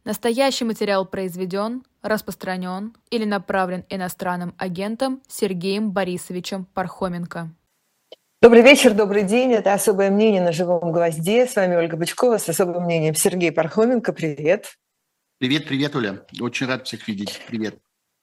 Настоящий материал произведен, распространен или направлен иностранным агентом Сергеем Борисовичем Пархоменко. Добрый вечер, добрый день. Это «Особое мнение» на «Живом гвозде». С вами Ольга Бычкова с особым мнением Сергей Пархоменко. Привет. Привет, Оля. Очень рад всех видеть. Привет.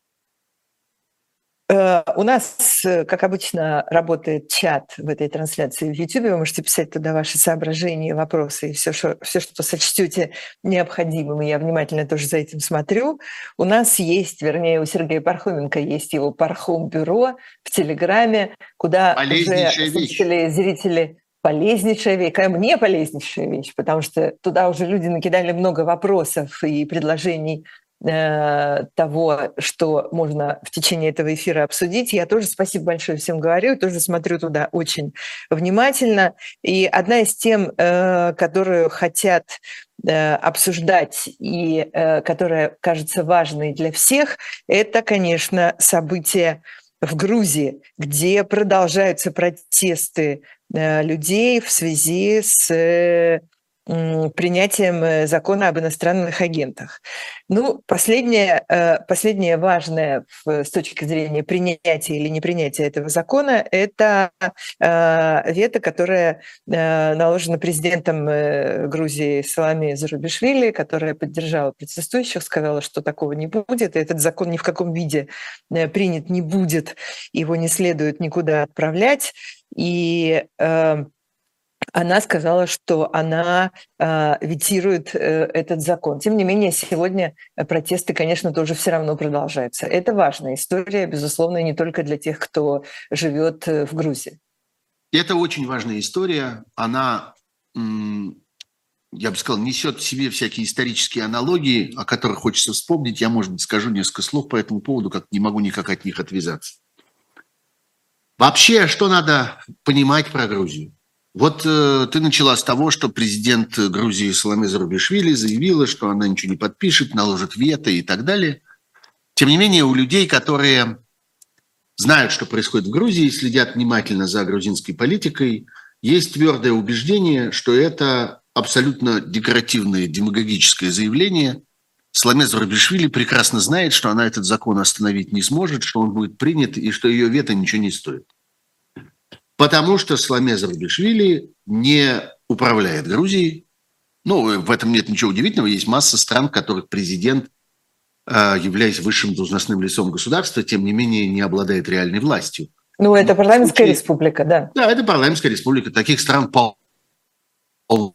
У нас, как обычно, работает чат в этой трансляции в YouTube. Вы можете писать туда ваши соображения, вопросы и все, что сочтете необходимым. И я внимательно тоже за этим смотрю. У нас есть, вернее, у Сергея Пархоменко есть его Пархом-бюро в Телеграме, куда уже слушатели, зрители... Полезнейшая вещь, мне полезнейшая вещь, потому что туда уже люди накидали много вопросов и предложений того, что можно в течение этого эфира обсудить. Я тоже спасибо большое всем говорю, тоже смотрю туда очень внимательно. И одна из тем, которую хотят обсуждать и которая кажется важной для всех, это, конечно, события в Грузии, где продолжаются протесты людей в связи с принятием закона об иностранных агентах. Ну, последнее важное с точки зрения принятия или непринятия этого закона – это вето, которое наложено президентом Грузии Саломе Зурабишвили, которая поддержала протестующих, сказала, что такого не будет, и этот закон ни в каком виде принят не будет, его не следует никуда отправлять. И она сказала, что она ветирует этот закон. Тем не менее, сегодня протесты, конечно, тоже все равно продолжаются. Это важная история, безусловно, не только для тех, кто живет в Грузии. Это очень важная история. Она, я бы сказал, несет в себе всякие исторические аналогии, о которых хочется вспомнить. Я, может быть, скажу несколько слов по этому поводу, как не могу никак от них отвязаться. Вообще, что надо понимать про Грузию? Вот ты начала с того, что президент Грузии Саломе Зурабишвили заявила, что она ничего не подпишет, наложит вето и так далее. Тем не менее, у людей, которые знают, что происходит в Грузии, следят внимательно за грузинской политикой, есть твердое убеждение, что это абсолютно декоративное демагогическое заявление. Саломе Зурабишвили прекрасно знает, что она этот закон остановить не сможет, что он будет принят и что ее вето ничего не стоит. Потому что Саломе Зурабишвили не управляет Грузией. Ну, в этом нет ничего удивительного. Есть масса стран, в которых президент, являясь высшим должностным лицом государства, тем не менее не обладает реальной властью. Ну, это парламентская республика, да. Да, это парламентская республика. Таких стран в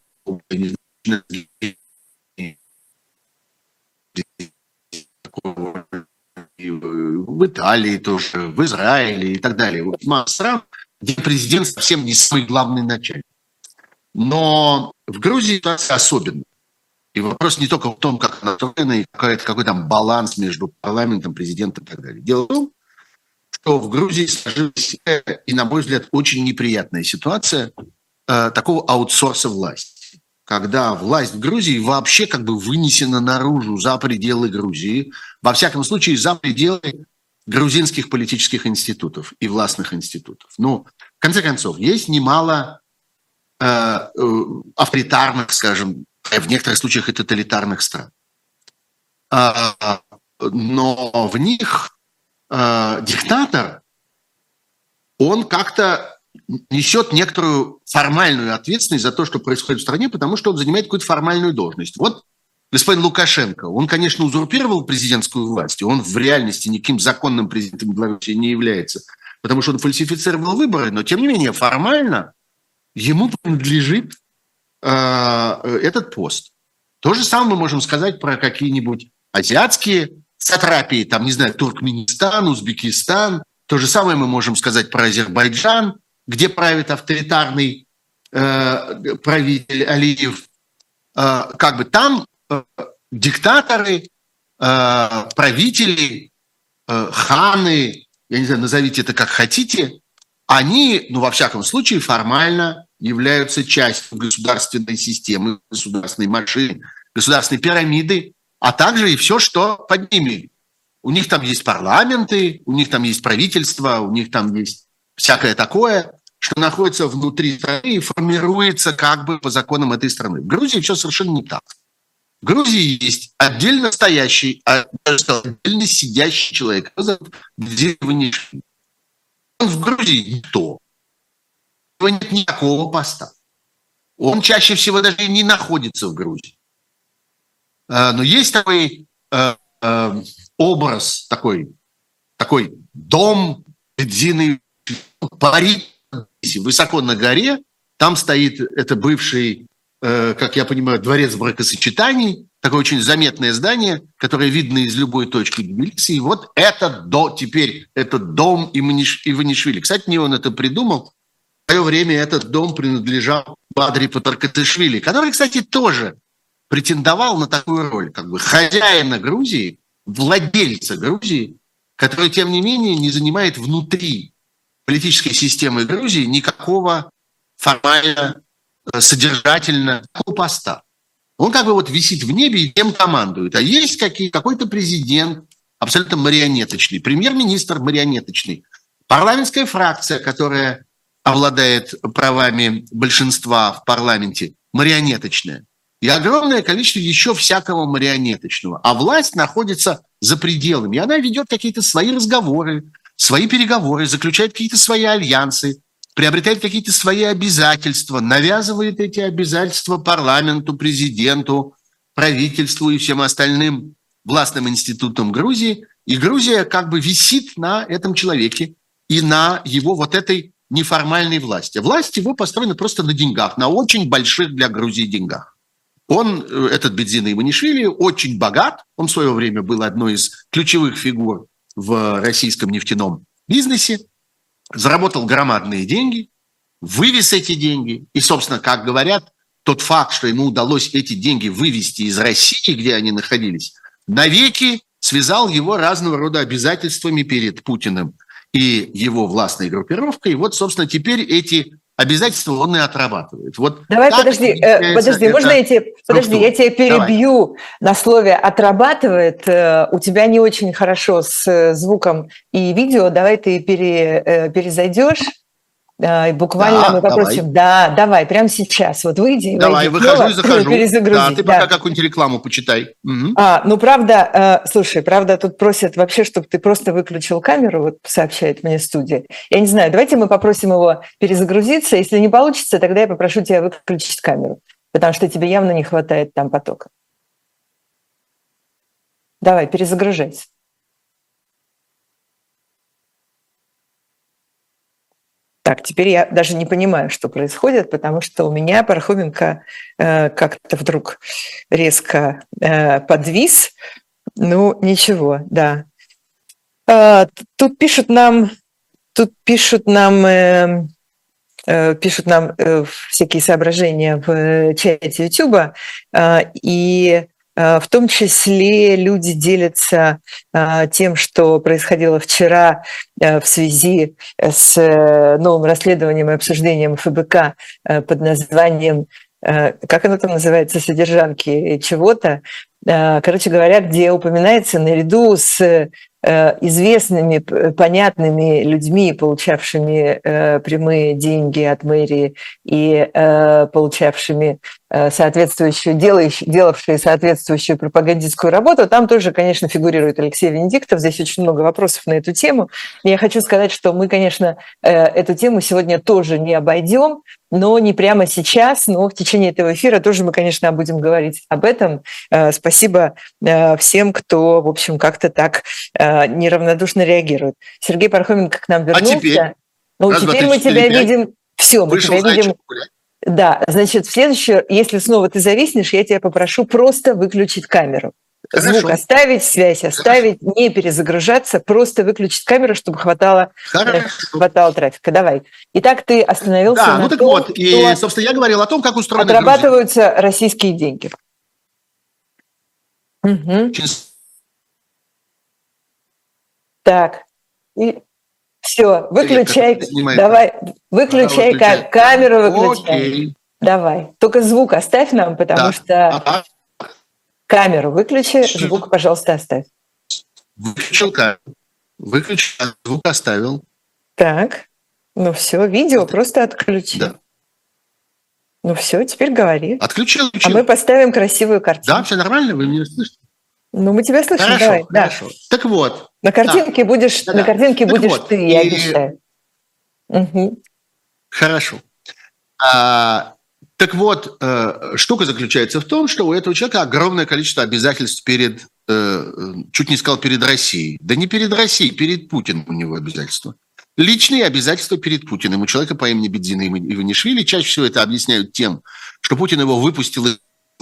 Италии тоже, в Израиле и так далее. Вот масса стран, где президент совсем не самый главный начальник. Но в Грузии ситуация особенная. И вопрос не только в том, как она устроена, и какой там баланс между парламентом, президентом и так далее. Дело в том, что в Грузии сложилась, и, на мой взгляд, очень неприятная ситуация такого аутсорса власти. Когда власть в Грузии вообще как бы вынесена наружу, за пределы Грузии, во всяком случае, за пределы грузинских политических институтов и властных институтов. Ну, в конце концов, есть немало авторитарных, скажем, в некоторых случаях и тоталитарных стран. Но в них диктатор, он как-то несет некоторую формальную ответственность за то, что происходит в стране, потому что он занимает какую-то формальную должность. Вот господин Лукашенко, он, конечно, узурпировал президентскую власть, и он в реальности никаким законным президентом Беларуси не является, потому что он фальсифицировал выборы, но, тем не менее, формально ему принадлежит этот пост. То же самое мы можем сказать про какие-нибудь азиатские сатрапии, там, не знаю, Туркменистан, Узбекистан. То же самое мы можем сказать про Азербайджан, где правит авторитарный правитель Алиев. Как бы там диктаторы, правители, ханы, я не знаю, назовите это как хотите, они, ну, во всяком случае, формально являются частью государственной системы, государственной машины, государственной пирамиды, а также и все, что под ними. У них там есть парламенты, у них там есть правительство, у них там есть всякое такое, что находится внутри страны и формируется как бы по законам этой страны. В Грузии все совершенно не так. В Грузии есть отдельно стоящий, даже сказал, отдельно сидящий человек. Его зовут Бедзин Иванишвили. Он в Грузии никто. У него нет никакого поста. Он чаще всего даже и не находится в Грузии. Но есть такой образ, такой дом Бедзина в Париже, высоко на горе. Там стоит это бывший, как я понимаю, дворец бракосочетаний, такое очень заметное здание, которое видно из любой точки Тбилиси. И вот теперь этот дом Иванишвили. Кстати, не он это придумал. В свое время этот дом принадлежал Бадри Патаркатышвили, который, кстати, тоже претендовал на такую роль, как бы хозяина Грузии, владельца Грузии, который, тем не менее, не занимает внутри политической системы Грузии никакого формально, содержательно поста. Он как бы вот висит в небе и тем командует. А есть какой-то президент абсолютно марионеточный, премьер-министр марионеточный, парламентская фракция, которая обладает правами большинства в парламенте, марионеточная. И огромное количество еще всякого марионеточного. А власть находится за пределами. И она ведет какие-то свои разговоры, свои переговоры, заключает какие-то свои альянсы, приобретает какие-то свои обязательства, навязывает эти обязательства парламенту, президенту, правительству и всем остальным властным институтам Грузии. И Грузия как бы висит на этом человеке и на его вот этой неформальной власти. Власть его построена просто на деньгах, на очень больших для Грузии деньгах. Он, этот Бедзин Иванишвили, очень богат. Он в свое время был одной из ключевых фигур в российском нефтяном бизнесе. Заработал громадные деньги, вывез эти деньги. И, собственно, как говорят, тот факт, что ему удалось эти деньги вывести из России, где они находились, навеки связал его разного рода обязательствами перед Путиным и его властной группировкой. И вот, собственно, теперь эти обязательства он и отрабатывает. Вот давай, подожди, можно я тебя перебью. Давай. На слове «отрабатывает». У тебя не очень хорошо с звуком и видео. Давай ты перезайдешь. Буквально мы попросим. Давай, прямо сейчас. Вот выйди. Давай, выхожу и захожу. Да, ты пока какую-нибудь рекламу почитай. Угу. Правда, слушай, тут просят вообще, чтобы ты просто выключил камеру, вот сообщает мне студия. Я не знаю, давайте мы попросим его перезагрузиться. Если не получится, тогда я попрошу тебя выключить камеру, потому что тебе явно не хватает там потока. Давай, перезагружайся. Так, теперь я даже не понимаю, что происходит, потому что у меня Пархоменко как-то вдруг резко подвис. Ну, ничего, да. Тут пишут нам всякие соображения в чате YouTube, и в том числе люди делятся тем, что происходило вчера в связи с новым расследованием и обсуждением ФБК под названием, как оно там называется, «Содержанки чего-то», короче говоря, где упоминается наряду с известными, понятными людьми, получавшими прямые деньги от мэрии и получавшими делавшие соответствующую пропагандистскую работу. Там тоже, конечно, фигурирует Алексей Венедиктов. Здесь очень много вопросов на эту тему. И я хочу сказать, что мы, конечно, эту тему сегодня тоже не обойдем, но не прямо сейчас, но в течение этого эфира тоже мы, конечно, будем говорить об этом. Спасибо всем, кто, в общем, как-то так неравнодушно реагирует. Сергей Пархоменко к нам вернулся. Теперь мы тебя видим. Все, мы тебя видим. Да, значит, в следующее, если снова ты зависнешь, я тебя попрошу просто выключить камеру. Хорошо. Звук оставить, связь оставить, не перезагружаться, просто выключить камеру, чтобы хватало трафика. Давай. Итак, ты остановился на том, вот, и, собственно, я говорил о том, как устроены отрабатываются российские деньги. Угу. Так. И все, выключай. Давай, выключай камеру, выключай. Окей. Давай. Только звук оставь нам, потому что камеру выключи, звук, пожалуйста, оставь. Выключил камеру. Выключил, звук оставил. Так. Ну все, видео просто отключи. Да. Ну все, теперь говори. Отключил. А мы поставим красивую картинку. Да, все нормально, вы меня слышите? Ну, мы тебя слышим, Хорошо, давай. хорошо. Да. Так вот. На картинке будешь, Да. на картинке так будешь вот, ты, я обещаю. Угу. Хорошо. Так вот, штука заключается в том, что у этого человека огромное количество обязательств перед, чуть не сказал, перед Россией. Да не перед Россией, перед Путиным у него обязательства. Личные обязательства перед Путиным. У человека по имени Бедзина Иванишвили чаще всего это объясняют тем, что Путин его выпустил из...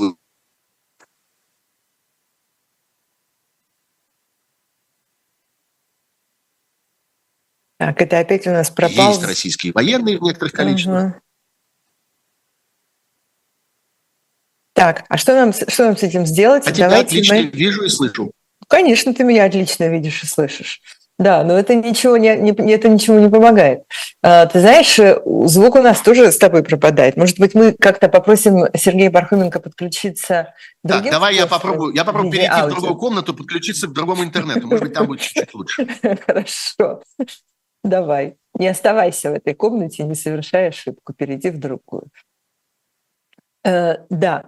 Так, это опять у нас пропал. Есть российские военные в некоторых количествах. Угу. Так, а что нам с этим сделать? А тебя отлично вижу и слышу. Конечно, ты меня отлично видишь и слышишь. Да, но это ничего не помогает. Ты знаешь, звук у нас тоже с тобой пропадает. Может быть, мы как-то попросим Сергея Пархоменко подключиться другим способом? Давай я попробую перейти аудио. в другую комнату, подключиться к другому интернету. Может быть, там будет чуть-чуть лучше. Хорошо. Давай. Не оставайся в этой комнате, не совершай ошибку. Перейди в другую. Да.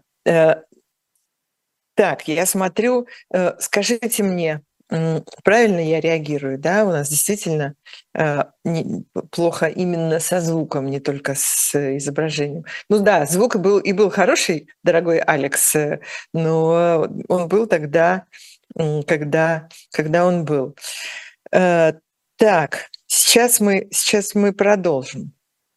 Так, я смотрю, скажите мне, правильно я реагирую, да? У нас действительно плохо именно со звуком, не только с изображением. Ну да, звук был хороший, дорогой Алекс, но он был тогда, когда он был. Так, сейчас мы продолжим.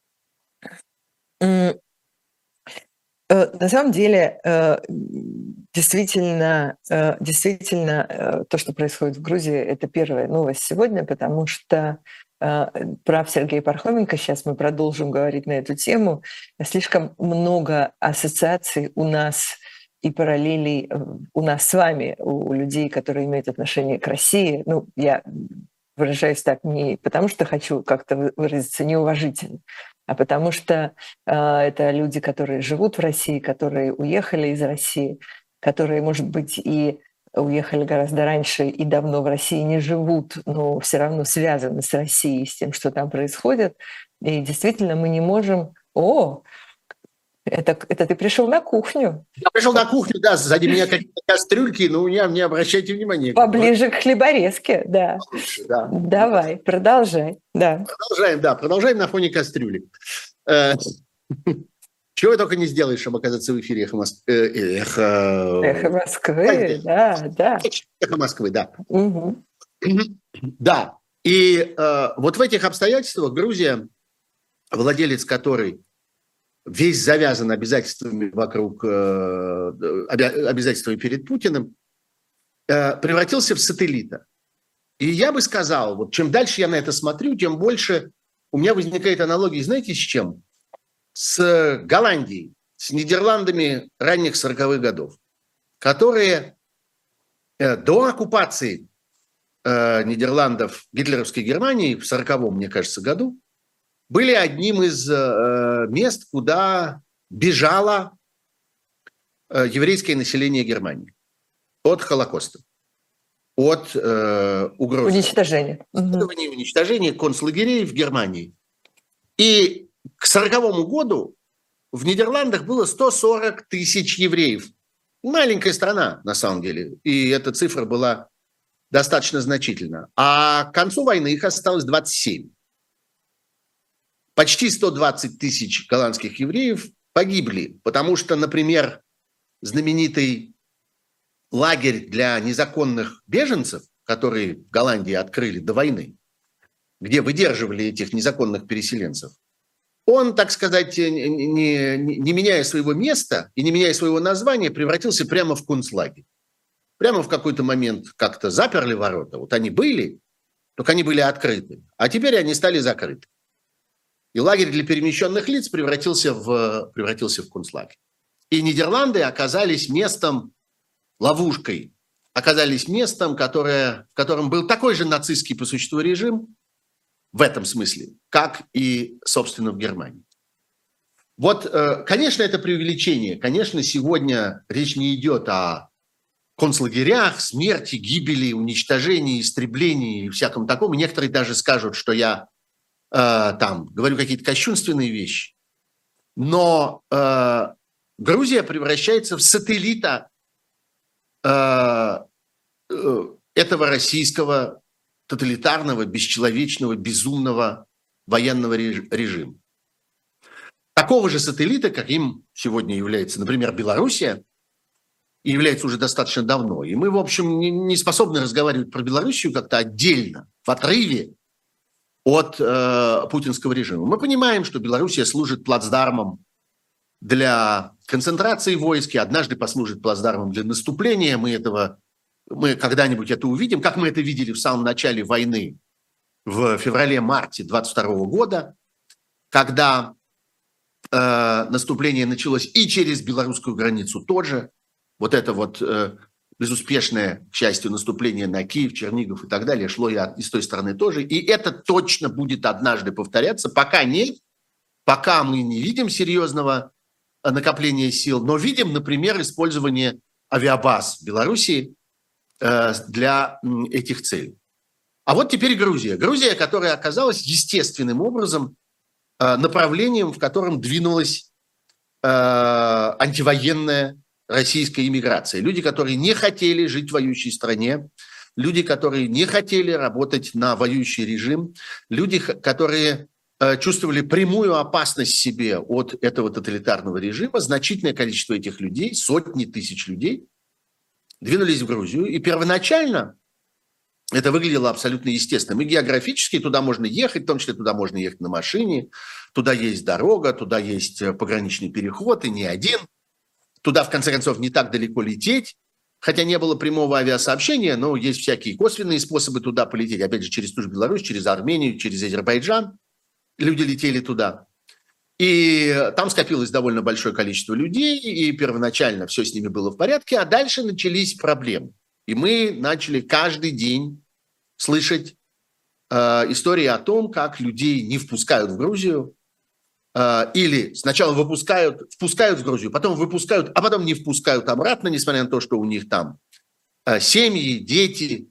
На самом деле, действительно, то, что происходит в Грузии, это первая новость сегодня, потому что прав Сергей Пархоменко, сейчас мы продолжим говорить на эту тему, слишком много ассоциаций у нас и параллелей у нас с вами, у людей, которые имеют отношение к России. Ну, я выражаюсь так не потому, что хочу как-то выразиться неуважительно, а потому что это люди, которые живут в России, которые уехали из России, которые, может быть, и уехали гораздо раньше и давно в России не живут, но все равно связаны с Россией, с тем, что там происходит. И действительно мы не можем... Это ты пришел на кухню. Я пришел на кухню, да, сзади меня какие-то кастрюльки, но не обращайте внимания. Поближе к хлеборезке, да. Лучше, да. Давай, продолжай. Да. Продолжаем на фоне кастрюлек. Чего только не сделаешь, чтобы оказаться в эфире «Эхо Москвы, да. «Эхо Москвы», да. Угу. Да, и вот в этих обстоятельствах Грузия, владелец которой весь завязан обязательствами вокруг, обязательствами перед Путиным, превратился в сателлита. И я бы сказал, вот чем дальше я на это смотрю, тем больше у меня возникает аналогия, знаете, с чем? С Голландией, с Нидерландами ранних 40-х годов, которые до оккупации Нидерландов гитлеровской Германии в 40-м, мне кажется, году были одним из мест, куда бежало еврейское население Германии от Холокоста, от угрозы. Уничтожения концлагерей в Германии. И к 1940 году в Нидерландах было 140 тысяч евреев. Маленькая страна, на самом деле. И эта цифра была достаточно значительна. А к концу войны их осталось 27. Почти 120 тысяч голландских евреев погибли, потому что, например, знаменитый лагерь для незаконных беженцев, который в Голландии открыли до войны, где выдерживали этих незаконных переселенцев, он, так сказать, не меняя своего места и не меняя своего названия, превратился прямо в концлагерь. Прямо в какой-то момент как-то заперли ворота. Вот они были, только они были открыты, а теперь они стали закрыты. И лагерь для перемещенных лиц превратился в концлагерь. И Нидерланды оказались местом, ловушкой, оказались местом, в котором был такой же нацистский по существу режим, в этом смысле, как и, собственно, в Германии. Вот, конечно, это преувеличение. Конечно, сегодня речь не идет о концлагерях, смерти, гибели, уничтожении, истреблении и всяком таком. И некоторые даже скажут, что я там говорю какие-то кощунственные вещи. Но Грузия превращается в сателлита этого российского тоталитарного, бесчеловечного, безумного военного режима. Такого же сателлита, каким сегодня является, например, Белоруссия, и является уже достаточно давно. И мы, в общем, не способны разговаривать про Белоруссию как-то отдельно, в отрыве от путинского режима. Мы понимаем, что Белоруссия служит плацдармом для концентрации войск, и однажды послужит плацдармом для наступления. Мы когда-нибудь это увидим, как мы это видели в самом начале войны в феврале-марте 22 года, когда наступление началось и через белорусскую границу тоже. Вот это вот безуспешное, к счастью, наступление на Киев, Чернигов и так далее шло и с той стороны тоже. И это точно будет однажды повторяться. Пока нет, пока мы не видим серьезного накопления сил, но видим, например, использование авиабаз Белоруссии для этих целей. А вот теперь Грузия. Грузия, которая оказалась естественным образом направлением, в котором двинулась антивоенная российская иммиграция. Люди, которые не хотели жить в воюющей стране, люди, которые не хотели работать на воюющий режим, люди, которые чувствовали прямую опасность себе от этого тоталитарного режима. Значительное количество этих людей, сотни тысяч людей, двинулись в Грузию. И первоначально это выглядело абсолютно естественным. И географически туда можно ехать, в том числе туда можно ехать на машине, туда есть дорога, туда есть пограничный переход, и не один. Туда, в конце концов, не так далеко лететь, хотя не было прямого авиасообщения, но есть всякие косвенные способы туда полететь. Опять же, через ту же Беларусь, через Армению, через Азербайджан люди летели туда. И там скопилось довольно большое количество людей, и первоначально все с ними было в порядке, а дальше начались проблемы. И мы начали каждый день слышать истории о том, как людей не впускают в Грузию, или сначала впускают в Грузию, потом выпускают, а потом не впускают обратно, несмотря на то, что у них там семьи, дети,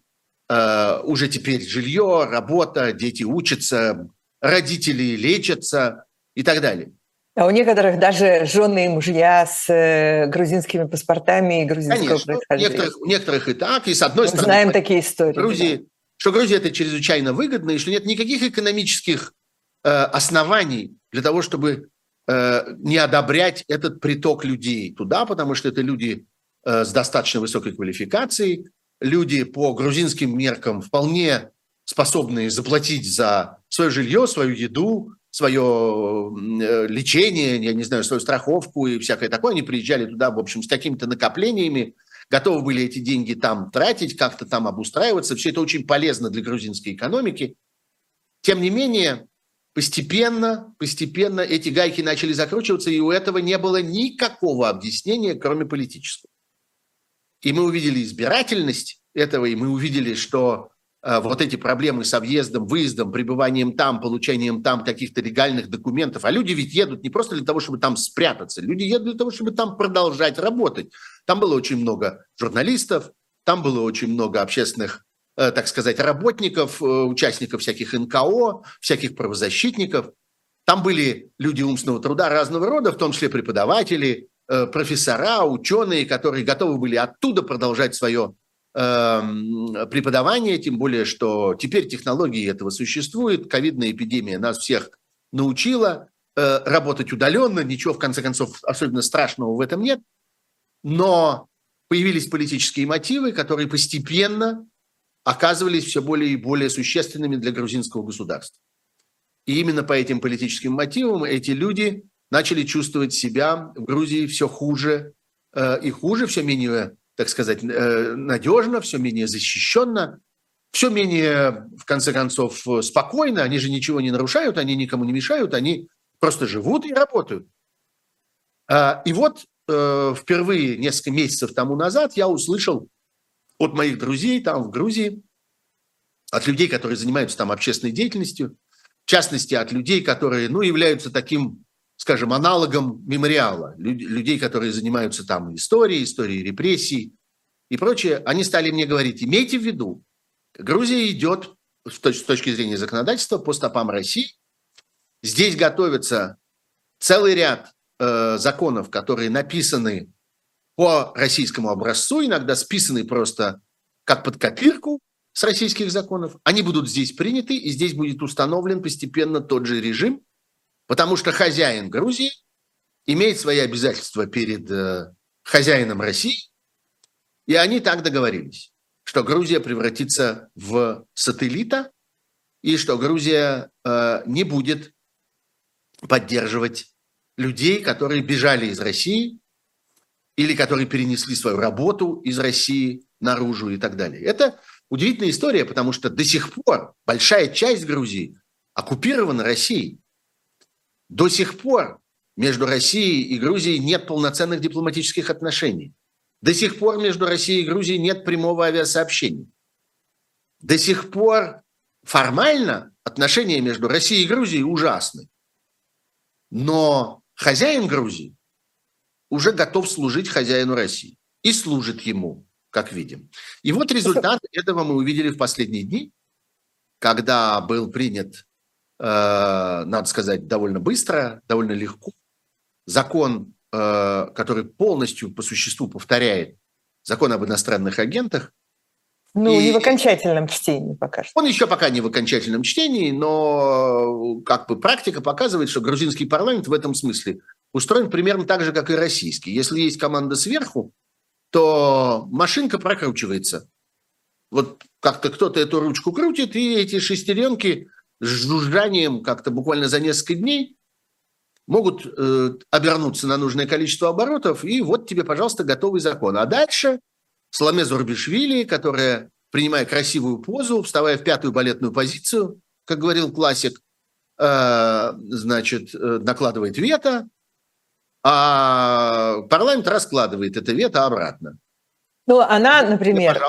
уже теперь жилье, работа, дети учатся, родители лечатся и так далее. А у некоторых даже жены и мужья с грузинскими паспортами и грузинского происхождения. Конечно, у некоторых и так, и с одной стороны... Знаем такие истории. Да. Что Грузия это чрезвычайно выгодно, и что нет никаких экономических оснований для того, чтобы не одобрять этот приток людей туда, потому что это люди с достаточно высокой квалификацией, люди по грузинским меркам вполне способные заплатить за свое жилье, свою еду, свое лечение, я не знаю, свою страховку и всякое такое. Они приезжали туда, в общем, с какими-то накоплениями, готовы были эти деньги там тратить, как-то там обустраиваться. Все это очень полезно для грузинской экономики. Тем не менее, постепенно эти гайки начали закручиваться, и у этого не было никакого объяснения, кроме политического. И мы увидели избирательность этого, и мы увидели, что вот эти проблемы с въездом, выездом, пребыванием там, получением там каких-то легальных документов. А люди ведь едут не просто для того, чтобы там спрятаться. Люди едут для того, чтобы там продолжать работать. Там было очень много журналистов, там было очень много общественных, так сказать, работников, участников всяких НКО, всяких правозащитников. Там были люди умственного труда разного рода, в том числе преподаватели, профессора, ученые, которые готовы были оттуда продолжать свое преподавание, тем более, что теперь технологии этого существуют. Ковидная эпидемия нас всех научила работать удаленно, ничего, в конце концов, особенно страшного в этом нет. Но появились политические мотивы, которые постепенно оказывались все более и более существенными для грузинского государства. И именно по этим политическим мотивам эти люди начали чувствовать себя в Грузии все хуже и хуже, все менее, так сказать, надежно, все менее защищенно, все менее, в конце концов, спокойно. Они же ничего не нарушают, они никому не мешают, они просто живут и работают. И вот впервые несколько месяцев тому назад я услышал от моих друзей там в Грузии, от людей, которые занимаются там общественной деятельностью, в частности, от людей, которые, являются таким, скажем, аналогом мемориала, людей, которые занимаются там историей репрессий и прочее, они стали мне говорить: имейте в виду, Грузия идет с точки зрения законодательства по стопам России, здесь готовится целый ряд законов, которые написаны по российскому образцу, иногда списаны просто как под копирку с российских законов, они будут здесь приняты, и здесь будет установлен постепенно тот же режим, потому что хозяин Грузии имеет свои обязательства перед хозяином России, и они так договорились, что Грузия превратится в сателлита, и что Грузия не будет поддерживать людей, которые бежали из России или которые перенесли свою работу из России наружу и так далее. Это удивительная история, потому что до сих пор большая часть Грузии оккупирована Россией. До сих пор между Россией и Грузией нет полноценных дипломатических отношений. До сих пор между Россией и Грузией нет прямого авиасообщения. До сих пор формально отношения между Россией и Грузией ужасны. Но хозяин Грузии уже готов служить хозяину России. И служит ему, как видим. И вот результат этого мы увидели в последние дни, когда был принят, надо сказать, довольно быстро, довольно легко, закон, который полностью по существу повторяет закон об иностранных агентах. Ну, не в окончательном чтении пока что. Он еще пока не в окончательном чтении, но как бы практика показывает, что грузинский парламент в этом смысле устроен примерно так же, как и российский. Если есть команда сверху, то машинка прокручивается. Вот как-то кто-то эту ручку крутит, и эти шестеренки с жужжанием как-то буквально за несколько дней могут обернуться на нужное количество оборотов, и вот тебе, пожалуйста, готовый закон. А дальше Саломе Зурбишвили, которая, принимая красивую позу, вставая в пятую балетную позицию, как говорил классик, значит, накладывает вето, а парламент раскладывает это вето обратно. Ну, она, например,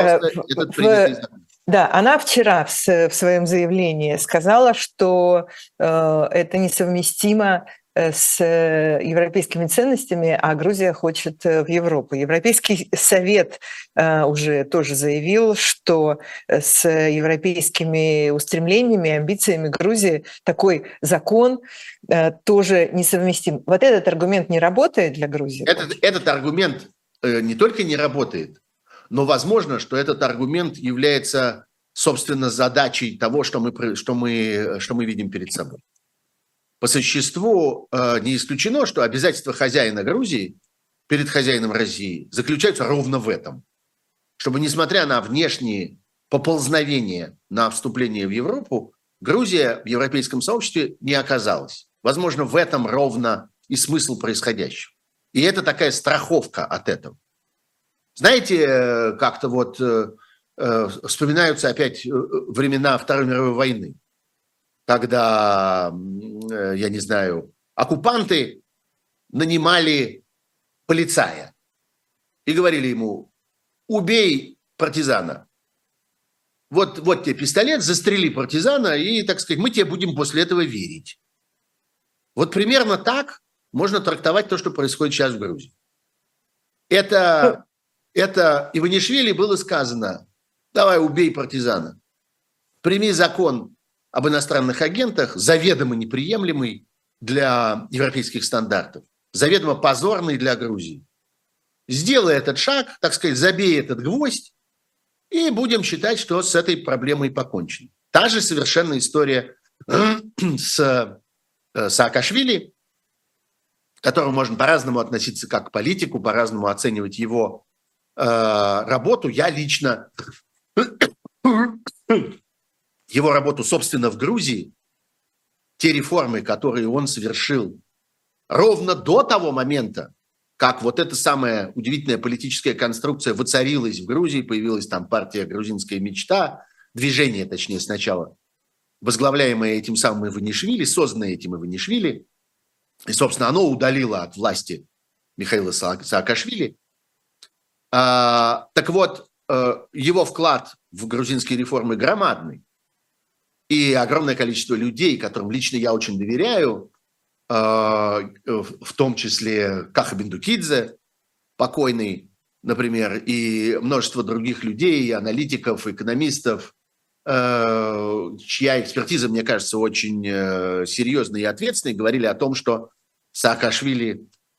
да, она вчера в своем заявлении сказала, что это несовместимо с европейскими ценностями, а Грузия хочет в Европу. Европейский совет уже тоже заявил, что с европейскими устремлениями, амбициями Грузии такой закон тоже несовместим. Вот этот аргумент не работает для Грузии? Этот аргумент не только не работает, но возможно, что этот аргумент является, собственно, задачей того, что мы видим перед собой. По существу не исключено, что обязательства хозяина Грузии перед хозяином России заключаются ровно в этом. Чтобы, несмотря на внешние поползновения на вступление в Европу, Грузия в европейском сообществе не оказалась. Возможно, в этом ровно и смысл происходящего. И это такая страховка от этого. Знаете, как-то вот вспоминаются опять времена Второй мировой войны, когда, я не знаю, оккупанты нанимали полицая и говорили ему: убей партизана. Вот тебе пистолет, застрели партизана, и, так сказать, мы тебе будем после этого верить. Вот примерно так можно трактовать то, что происходит сейчас в Грузии. Это Иванишвили было сказано: давай убей партизана, прими закон об иностранных агентах, заведомо неприемлемый для европейских стандартов, заведомо позорный для Грузии. Сделай этот шаг, так сказать, забей этот гвоздь, и будем считать, что с этой проблемой покончено. Та же совершенно история с Саакашвили, к которому можно по-разному относиться как к политику, по-разному оценивать его работу. Я лично его работу, собственно, в Грузии, те реформы, которые он совершил ровно до того момента, как вот эта самая удивительная политическая конструкция воцарилась в Грузии, появилась там партия «Грузинская мечта», движение, точнее, сначала, возглавляемое этим самым Иванишвили, созданное этим Иванишвили, и, собственно, оно удалило от власти Михаила Саакашвили. Так вот, его вклад в грузинские реформы громадный. И огромное количество людей, которым лично я очень доверяю, в том числе Каха Бендукидзе, покойный, например, и множество других людей, аналитиков, экономистов, чья экспертиза, мне кажется, очень серьезной и ответственной, говорили о том, что Саакашвили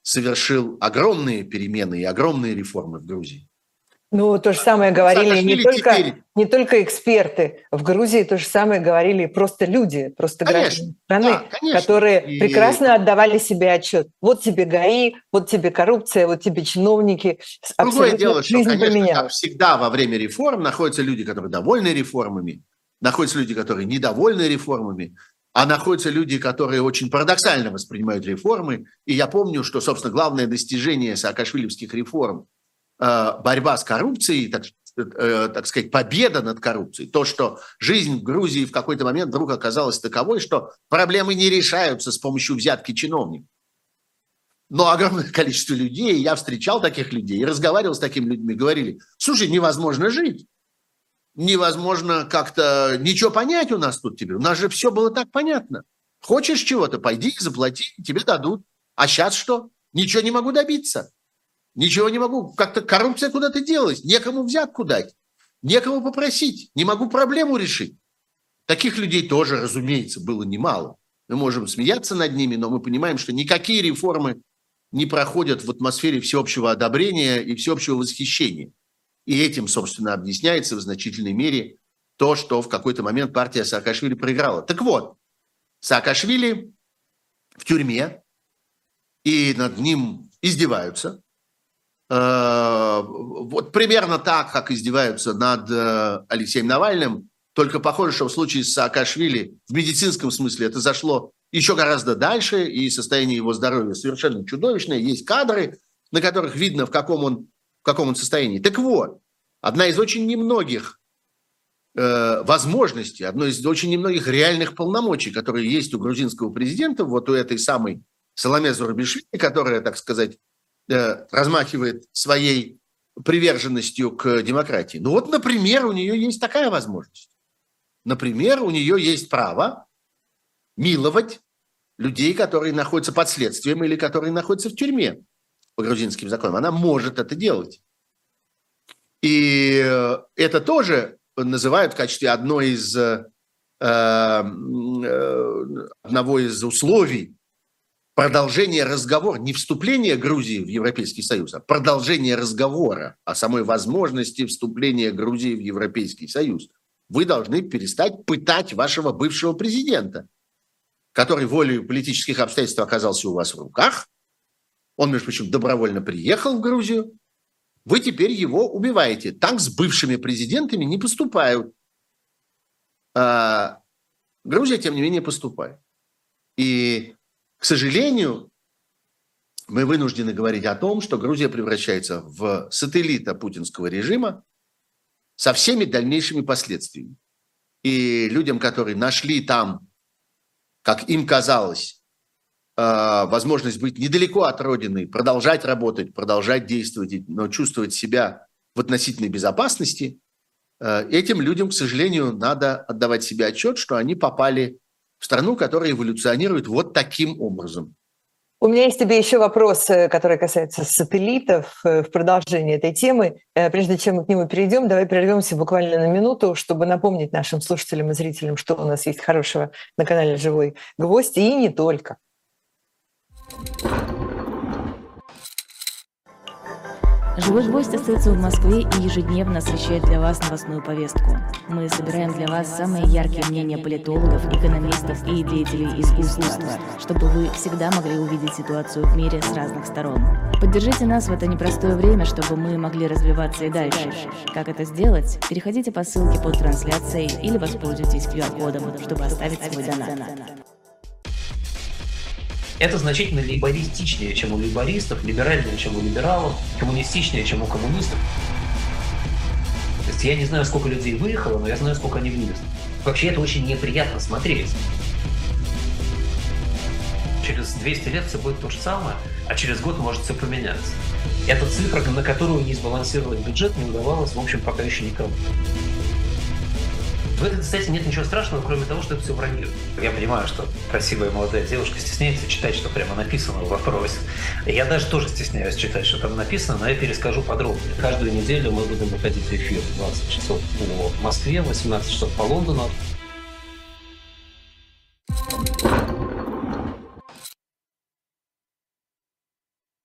совершил огромные перемены и огромные реформы в Грузии. Ну, то же самое говорили не только эксперты. В Грузии то же самое говорили просто люди, просто граждане страны, которые прекрасно отдавали себе отчет. Вот тебе ГАИ, вот тебе коррупция, вот тебе чиновники. Другое дело, что, конечно, как всегда во время реформ находятся люди, которые довольны реформами, находятся люди, которые недовольны реформами, а находятся люди, которые очень парадоксально воспринимают реформы. И я помню, что, собственно, главное достижение саакашвилевских реформ – борьба с коррупцией, так сказать, победа над коррупцией. То, что жизнь в Грузии в какой-то момент вдруг оказалась таковой, что проблемы не решаются с помощью взятки чиновников. Но огромное количество людей, я встречал таких людей и разговаривал с такими людьми, говорили: слушай, невозможно жить, невозможно как-то ничего понять у нас тут тебе. У нас же все было так понятно. Хочешь чего-то, пойди, заплати, тебе дадут. А сейчас что? Ничего не могу добиться. Ничего не могу. Как-то коррупция куда-то делась. Некому взятку дать. Некому попросить. Не могу проблему решить. Таких людей тоже, разумеется, было немало. Мы можем смеяться над ними, но мы понимаем, что никакие реформы не проходят в атмосфере всеобщего одобрения и всеобщего восхищения. И этим, собственно, объясняется в значительной мере то, что в какой-то момент партия Саакашвили проиграла. Так вот, Саакашвили в тюрьме, и над ним издеваются. Вот примерно так, как издеваются над Алексеем Навальным, только похоже, что в случае с Саакашвили в медицинском смысле это зашло еще гораздо дальше, и состояние его здоровья совершенно чудовищное. Есть кадры, на которых видно, в каком он состоянии. Так вот, одна из очень немногих возможностей, одной из очень немногих реальных полномочий, которые есть у грузинского президента, вот у этой самой Саломе Зурабишвили, которая, так сказать, размахивает своей приверженностью к демократии. Ну вот, например, у нее есть такая возможность. Например, у нее есть право миловать людей, которые находятся под следствием или которые находятся в тюрьме по грузинским законам. Она может это делать. И это тоже называют в качестве одного из условий продолжение разговора, не вступление Грузии в Европейский Союз, а продолжение разговора о самой возможности вступления Грузии в Европейский Союз. Вы должны перестать пытать вашего бывшего президента, который волей политических обстоятельств оказался у вас в руках. Он, между прочим, добровольно приехал в Грузию. Вы теперь его убиваете. Так с бывшими президентами не поступают. А Грузия, тем не менее, поступает. И к сожалению, мы вынуждены говорить о том, что Грузия превращается в сателлита путинского режима со всеми дальнейшими последствиями. И людям, которые нашли там, как им казалось, возможность быть недалеко от родины, продолжать работать, продолжать действовать, но чувствовать себя в относительной безопасности, этим людям, к сожалению, надо отдавать себе отчет, что они попали в страну, которая эволюционирует вот таким образом. У меня есть тебе еще вопрос, который касается сателлитов, в продолжении этой темы. Прежде чем мы к нему перейдем, давай прервемся буквально на минуту, чтобы напомнить нашим слушателям и зрителям, что у нас есть хорошего на канале «Живой гвоздь», и не только. «Живой гвоздь» остается в Москве и ежедневно освещает для вас новостную повестку. Мы собираем для вас самые яркие мнения политологов, экономистов и деятелей искусства, чтобы вы всегда могли увидеть ситуацию в мире с разных сторон. Поддержите нас в это непростое время, чтобы мы могли развиваться и дальше. Как это сделать? Переходите по ссылке под трансляцией или воспользуйтесь QR-кодом, чтобы оставить свой донат. Это значительно лейбористичнее, чем у лейбористов, либеральнее, чем у либералов, коммунистичнее, чем у коммунистов. То есть я не знаю, сколько людей выехало, но я знаю, сколько они вывезли. Вообще это очень неприятно смотреть. Через 200 лет все будет то же самое, а через год может все поменяться. Это цифра, на которую не сбалансировать бюджет не удавалось, в общем, пока еще никому. В этой статье нет ничего страшного, кроме того, что это все вранье. Я понимаю, что красивая молодая девушка стесняется читать, что прямо написано в вопросе. Я даже тоже стесняюсь читать, что там написано, но я перескажу подробнее. Каждую неделю мы будем выходить в эфир в 20 часов по Москве, 18 часов по Лондону.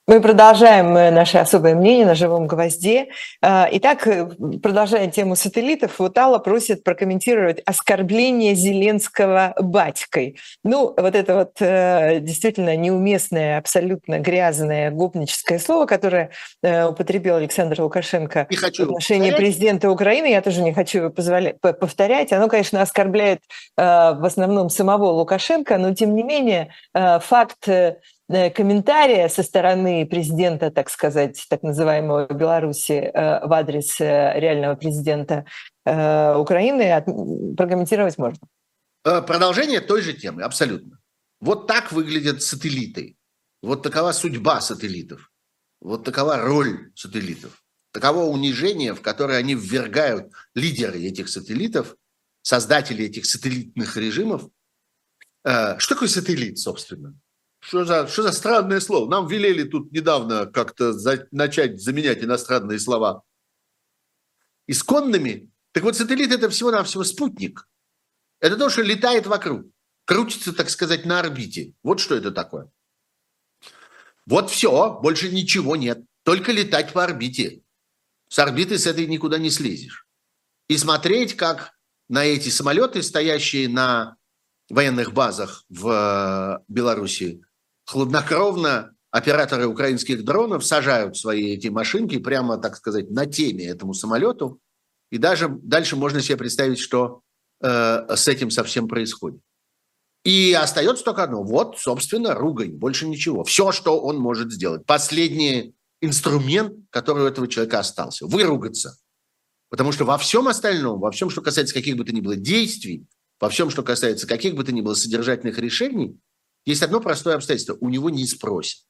Мы продолжаем наше особое мнение на «Живом гвозде». Итак, продолжая тему сателлитов, вот Алла просит прокомментировать оскорбление Зеленского батькой. Ну, вот это вот действительно неуместное, абсолютно грязное, гопническое слово, которое употребил Александр Лукашенко в отношении президента Украины. Я тоже не хочу его повторять. Оно, конечно, оскорбляет в основном самого Лукашенко, но, тем не менее, факт комментария со стороны президента, так сказать, так называемого Беларуси в адрес реального президента Украины прокомментировать можно. Продолжение той же темы, абсолютно. Вот так выглядят сателлиты. Вот такова судьба сателлитов. Вот такова роль сателлитов. Таково унижение, в которое они ввергают лидеры этих сателлитов, создатели этих сателлитных режимов. Что такое сателлит, собственно? Что за странное слово? Нам велели тут недавно как-то начать заменять иностранные слова исконными. Так вот, сателлит – это всего-навсего спутник. Это то, что летает вокруг, крутится, так сказать, на орбите. Вот что это такое. Вот все, больше ничего нет. Только летать по орбите. С орбиты с этой никуда не слезешь. И смотреть, как на эти самолеты, стоящие на военных базах в Беларуси, хладнокровно операторы украинских дронов сажают свои эти машинки прямо, так сказать, на теме этому самолету. И даже дальше можно себе представить, что с этим совсем происходит. И остается только одно. Вот, собственно, ругань, больше ничего. Все, что он может сделать. Последний инструмент, который у этого человека остался. Выругаться. Потому что во всем остальном, во всем, что касается каких бы то ни было действий, во всем, что касается каких бы то ни было содержательных решений, есть одно простое обстоятельство. У него не спросят.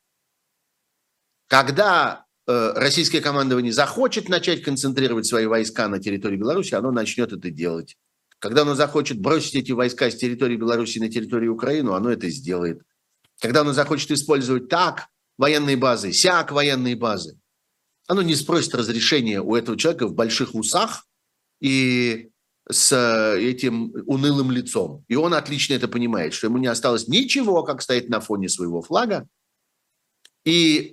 Когда российское командование захочет начать концентрировать свои войска на территории Беларуси, оно начнет это делать. Когда оно захочет бросить эти войска с территории Беларуси на территорию Украины, оно это сделает. Когда оно захочет использовать так военные базы, сяк военные базы, оно не спросит разрешения у этого человека в больших усах и с этим унылым лицом. И он отлично это понимает, что ему не осталось ничего, как стоять на фоне своего флага и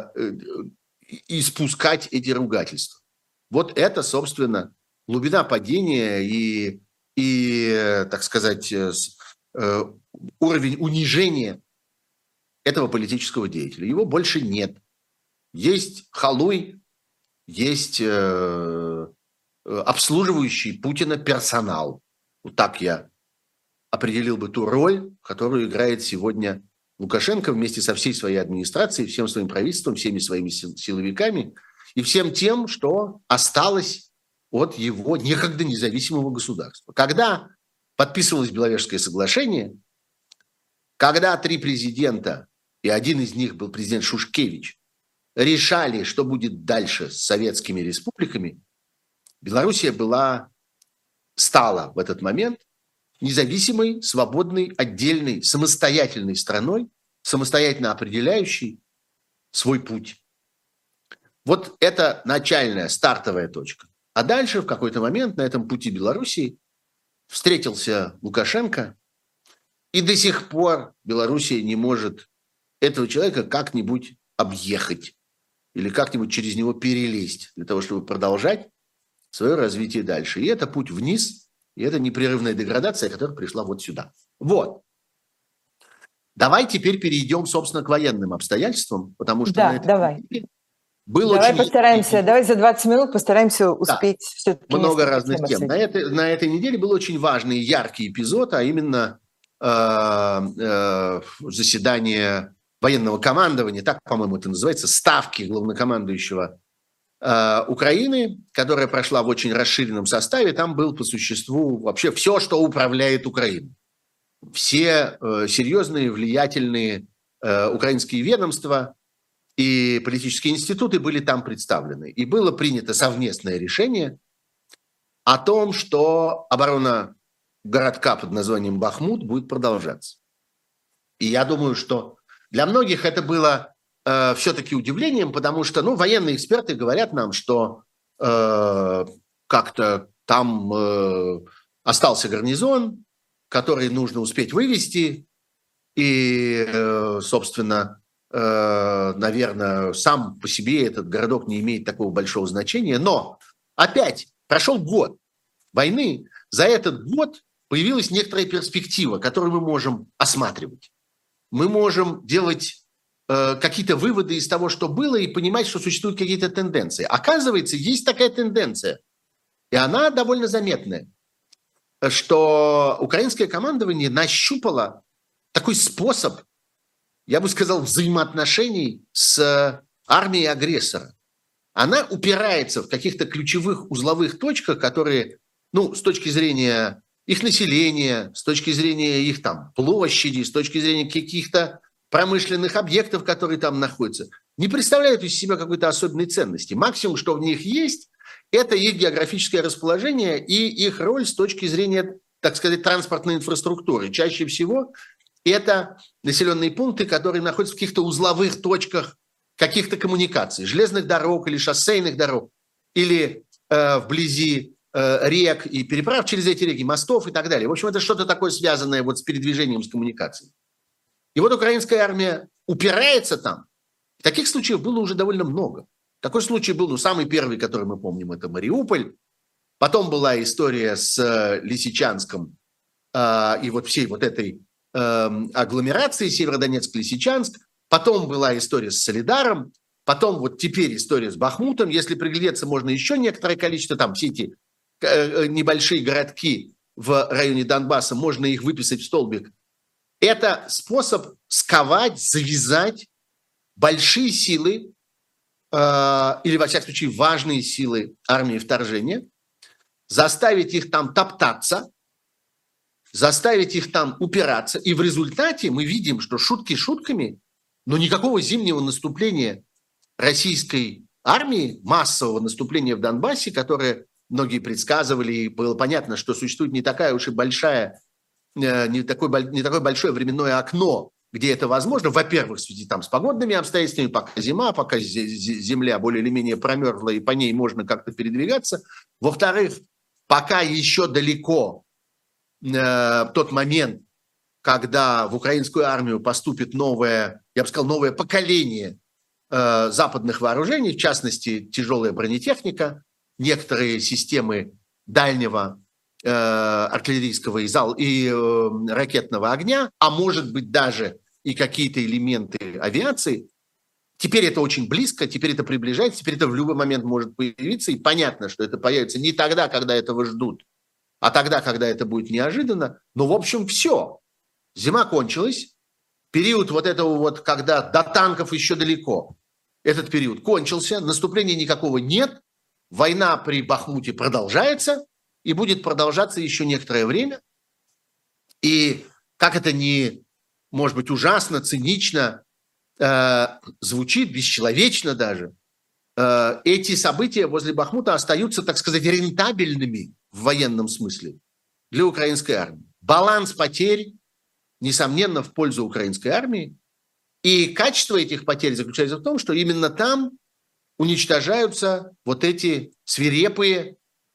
спускать эти ругательства. Вот это, собственно, глубина падения и так сказать, уровень унижения этого политического деятеля. Его больше нет. Есть халуй, есть обслуживающий Путина персонал. Вот так я определил бы ту роль, которую играет сегодня Лукашенко вместе со всей своей администрацией, всем своим правительством, всеми своими силовиками и всем тем, что осталось от его некогда независимого государства. Когда подписывалось Беловежское соглашение, когда 3 президента, и один из них был президент Шушкевич, решали, что будет дальше с советскими республиками, Белоруссия стала в этот момент независимой, свободной, отдельной, самостоятельной страной, самостоятельно определяющей свой путь. Вот это начальная, стартовая точка. А дальше в какой-то момент на этом пути Белоруссии встретился Лукашенко, и до сих пор Белоруссия не может этого человека как-нибудь объехать или как-нибудь через него перелезть для того, чтобы продолжать свое развитие дальше. И это путь вниз, и это непрерывная деградация, которая пришла вот сюда. Вот. Давай теперь перейдем, собственно, к военным обстоятельствам, потому что да, давай. Давай постараемся, давай за 20 минут постараемся успеть все-таки много разных тем. На этой неделе был очень важный и яркий эпизод, а именно заседание военного командования, так, по-моему, это называется, ставки главнокомандующего Украины, которая прошла в очень расширенном составе. Там был по существу вообще все, что управляет Украиной. Все серьезные, влиятельные украинские ведомства и политические институты были там представлены. И было принято совместное решение о том, что оборона городка под названием Бахмут будет продолжаться. И я думаю, что для многих это было все-таки удивлением, потому что военные эксперты говорят нам, что как-то там остался гарнизон, который нужно успеть вывести, и, собственно, наверное, сам по себе этот городок не имеет такого большого значения. Но опять прошел год войны. За этот год появилась некоторая перспектива, которую мы можем осматривать. Мы можем делать какие-то выводы из того, что было, и понимать, что существуют какие-то тенденции. Оказывается, есть такая тенденция, и она довольно заметная, что украинское командование нащупало такой способ, я бы сказал, взаимоотношений с армией агрессора. Она упирается в каких-то ключевых узловых точках, которые, с точки зрения их населения, с точки зрения их там площади, с точки зрения каких-то промышленных объектов, которые там находятся, не представляют из себя какой-то особенной ценности. Максимум, что в них есть, это их географическое расположение и их роль с точки зрения, так сказать, транспортной инфраструктуры. Чаще всего это населенные пункты, которые находятся в каких-то узловых точках каких-то коммуникаций, железных дорог или шоссейных дорог, или вблизи рек и переправ через эти реки, мостов и так далее. В общем, это что-то такое связанное вот с передвижением, с коммуникацией. И вот украинская армия упирается там. Таких случаев было уже довольно много. Такой случай был, самый первый, который мы помним, это Мариуполь. Потом была история с Лисичанском и вот всей вот этой агломерации Северодонецк-Лисичанск. Потом была история с Солидаром. Потом вот теперь история с Бахмутом. Если приглядеться, можно еще некоторое количество, там все эти небольшие городки в районе Донбасса, можно их выписать в столбик. Это способ сковать, завязать большие силы, или, во всяком случае, важные силы армии вторжения, заставить их там топтаться, заставить их там упираться. И в результате мы видим, что шутки шутками, но никакого зимнего наступления российской армии, массового наступления в Донбассе, которое многие предсказывали, и было понятно, что существует не такая уж и большая, не такое большое временное окно, где это возможно. Во-первых, в связи там с погодными обстоятельствами, пока зима, пока земля более или менее промерзла, и по ней можно как-то передвигаться. Во-вторых, пока еще далеко тот момент, когда в украинскую армию поступит новое, я бы сказал, новое поколение западных вооружений, в частности, тяжелая бронетехника, некоторые системы дальнего артиллерийского и ракетного огня, а может быть даже и какие-то элементы авиации. Теперь это очень близко, теперь это приближается, теперь это в любой момент может появиться, и понятно, что это появится не тогда, когда этого ждут, а тогда, когда это будет неожиданно. Но, в общем, все. Зима кончилась, период вот этого вот, когда до танков еще далеко, этот период кончился, наступления никакого нет, война при Бахмуте продолжается, и будет продолжаться еще некоторое время. И как это не, может быть, ужасно, цинично звучит, бесчеловечно даже, эти события возле Бахмута остаются, так сказать, рентабельными в военном смысле для украинской армии. Баланс потерь, несомненно, в пользу украинской армии. И качество этих потерь заключается в том, что именно там уничтожаются вот эти свирепые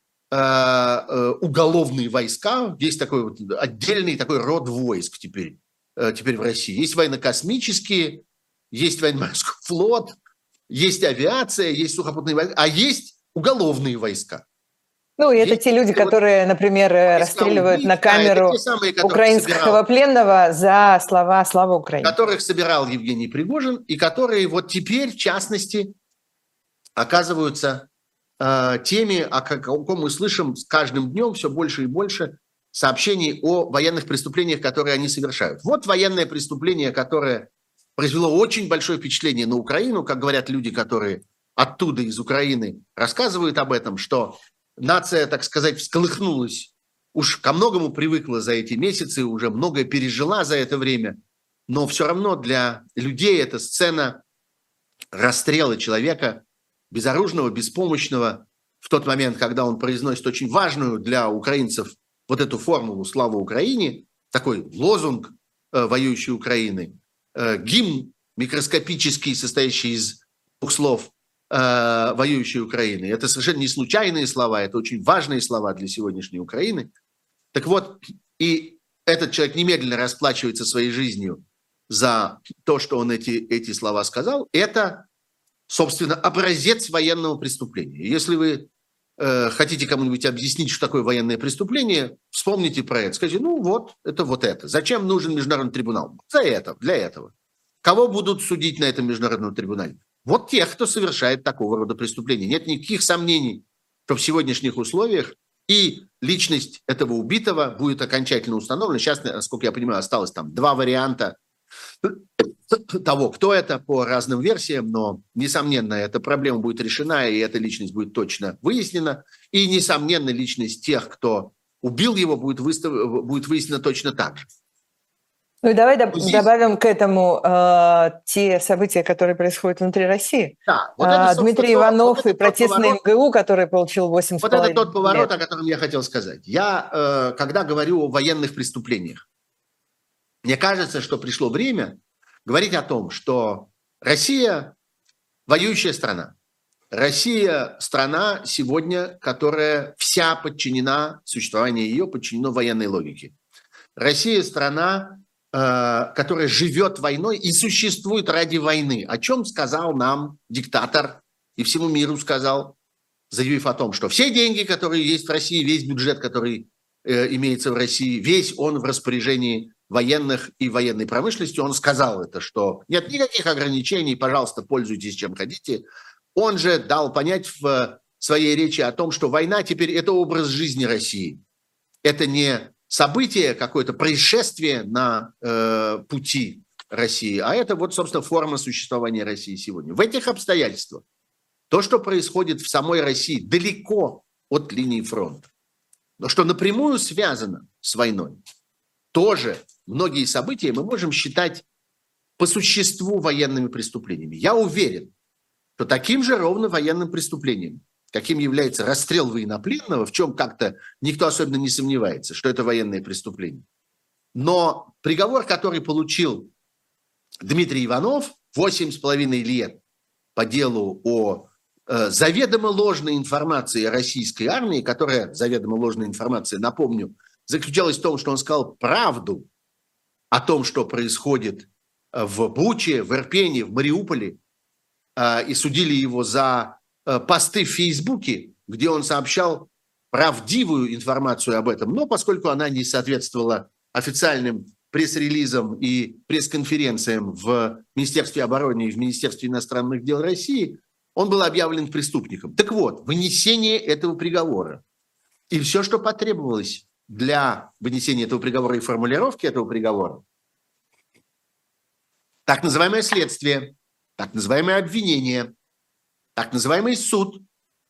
уголовные войска. Есть такой вот отдельный такой род войск теперь в России. Есть военно-космические, есть военно-морской флот, есть авиация, есть сухопутные войска, а есть уголовные войска. Ну, и это те люди, которые, например, расстреливают на камеру украинского пленного за слова «Слава Украине». Которых собирал Евгений Пригожин, и которые вот теперь, в частности, оказываются теми, о ком мы слышим с каждым днем все больше и больше сообщений о военных преступлениях, которые они совершают. Вот военное преступление, которое произвело очень большое впечатление на Украину, как говорят люди, которые оттуда, из Украины, рассказывают об этом, что нация, так сказать, всколыхнулась, уж ко многому привыкла за эти месяцы, уже многое пережила за это время, но все равно для людей эта сцена расстрела человека, безоружного, беспомощного, в тот момент, когда он произносит очень важную для украинцев вот эту формулу «Слава Украине», такой лозунг воюющей Украины, гимн микроскопический, состоящий из двух слов воюющей Украины. Это совершенно не случайные слова, это очень важные слова для сегодняшней Украины. Так вот, и этот человек немедленно расплачивается своей жизнью за то, что он эти слова сказал, это, собственно, образец военного преступления. Если вы хотите кому-нибудь объяснить, что такое военное преступление, вспомните про это. Скажите, ну вот это. Зачем нужен международный трибунал? Для этого. Кого будут судить на этом международном трибунале? Вот тех, кто совершает такого рода преступления. Нет никаких сомнений, что в сегодняшних условиях и личность этого убитого будет окончательно установлена. Сейчас, насколько я понимаю, осталось там 2 варианта того, кто это, по разным версиям, но, несомненно, эта проблема будет решена, и эта личность будет точно выяснена. И, несомненно, личность тех, кто убил его, будет выяснена точно так же. Ну и давай добавим к этому те события, которые происходят внутри России. Да, вот это, Дмитрий Иванов и протестный МГУ, который получил 8,5 лет. Вот это тот поворот, о котором я хотел сказать. Я, когда говорю о военных преступлениях, мне кажется, что пришло время говорить о том, что Россия – воюющая страна. Россия – страна сегодня, которая вся подчинена, существование ее подчинено военной логике. Россия – страна, которая живет войной и существует ради войны. О чем сказал нам диктатор и всему миру сказал, заявив о том, что все деньги, которые есть в России, весь бюджет, который имеется в России, весь он в распоряжении военных и военной промышленности. Он сказал это, что нет никаких ограничений, пожалуйста, пользуйтесь чем хотите. Он же дал понять в своей речи о том, что война теперь это образ жизни России. Это не событие, какое-то происшествие на пути России, а это вот, собственно, форма существования России сегодня. В этих обстоятельствах то, что происходит в самой России, далеко от линии фронта, но что напрямую связано с войной, тоже многие события мы можем считать по существу военными преступлениями. Я уверен, что таким же ровно военным преступлением, каким является расстрел военнопленного, в чем как-то никто особенно не сомневается, что это военное преступление. Но приговор, который получил Дмитрий Иванов, 8,5 лет по делу о заведомо ложной информации о российской армии, которая, заведомо ложная информация, напомню, заключалась в том, что он сказал правду о том, что происходит в Буче, в Ирпене, в Мариуполе, и судили его за посты в Фейсбуке, где он сообщал правдивую информацию об этом. Но поскольку она не соответствовала официальным пресс-релизам и пресс-конференциям в Министерстве обороны и в Министерстве иностранных дел России, он был объявлен преступником. Так вот, вынесение этого приговора и все, что потребовалось для вынесения этого приговора и формулировки этого приговора, так называемое следствие, так называемое обвинение, так называемый суд,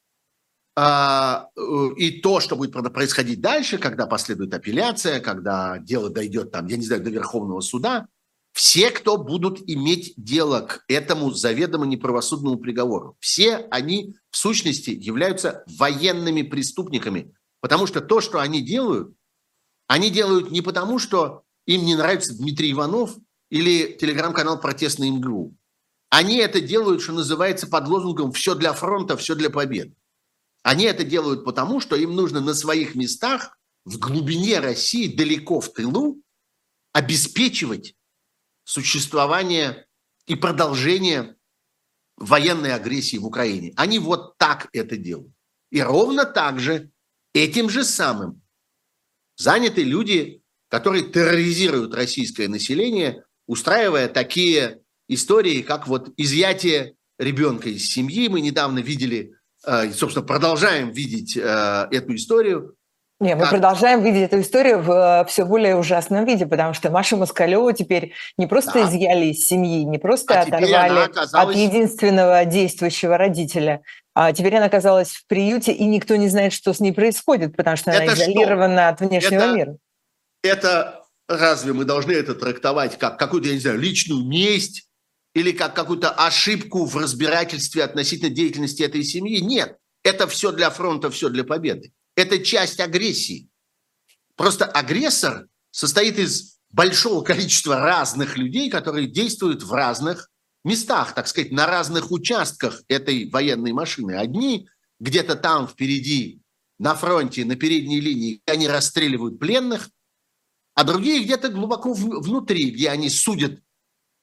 и то, что будет происходить дальше, когда последует апелляция, когда дело дойдет там, я не знаю, до Верховного суда, все, кто будут иметь дело к этому заведомо неправосудному приговору, все они в сущности являются военными преступниками, потому что то, что они делают не потому, что им не нравится Дмитрий Иванов или телеграм-канал «Протестный МГУ». Они это делают, что называется, под лозунгом «все для фронта, все для победы». Они это делают потому, что им нужно на своих местах, в глубине России, далеко в тылу, обеспечивать существование и продолжение военной агрессии в Украине. Они вот так это делают. И ровно так же, этим же самым, заняты люди, которые терроризируют российское население, устраивая такие истории, как вот изъятие ребенка из семьи. Мы недавно видели, собственно, продолжаем видеть эту историю. Не, мы продолжаем видеть эту историю в все более ужасном виде, потому что Машу Москалеву теперь не просто изъяли из семьи, не просто оторвали от единственного действующего родителя, а теперь она оказалась в приюте, и никто не знает, что с ней происходит, потому что она изолирована от внешнего мира. Это разве мы должны это трактовать как какую-то, я не знаю, личную месть или как какую-то ошибку в разбирательстве относительно деятельности этой семьи? Нет, это все для фронта, все для победы. Это часть агрессии. Просто агрессор состоит из большого количества разных людей, которые действуют в разных местах, так сказать, на разных участках этой военной машины. Одни где-то там впереди, на фронте, на передней линии, они расстреливают пленных, а другие где-то глубоко внутри, где они судят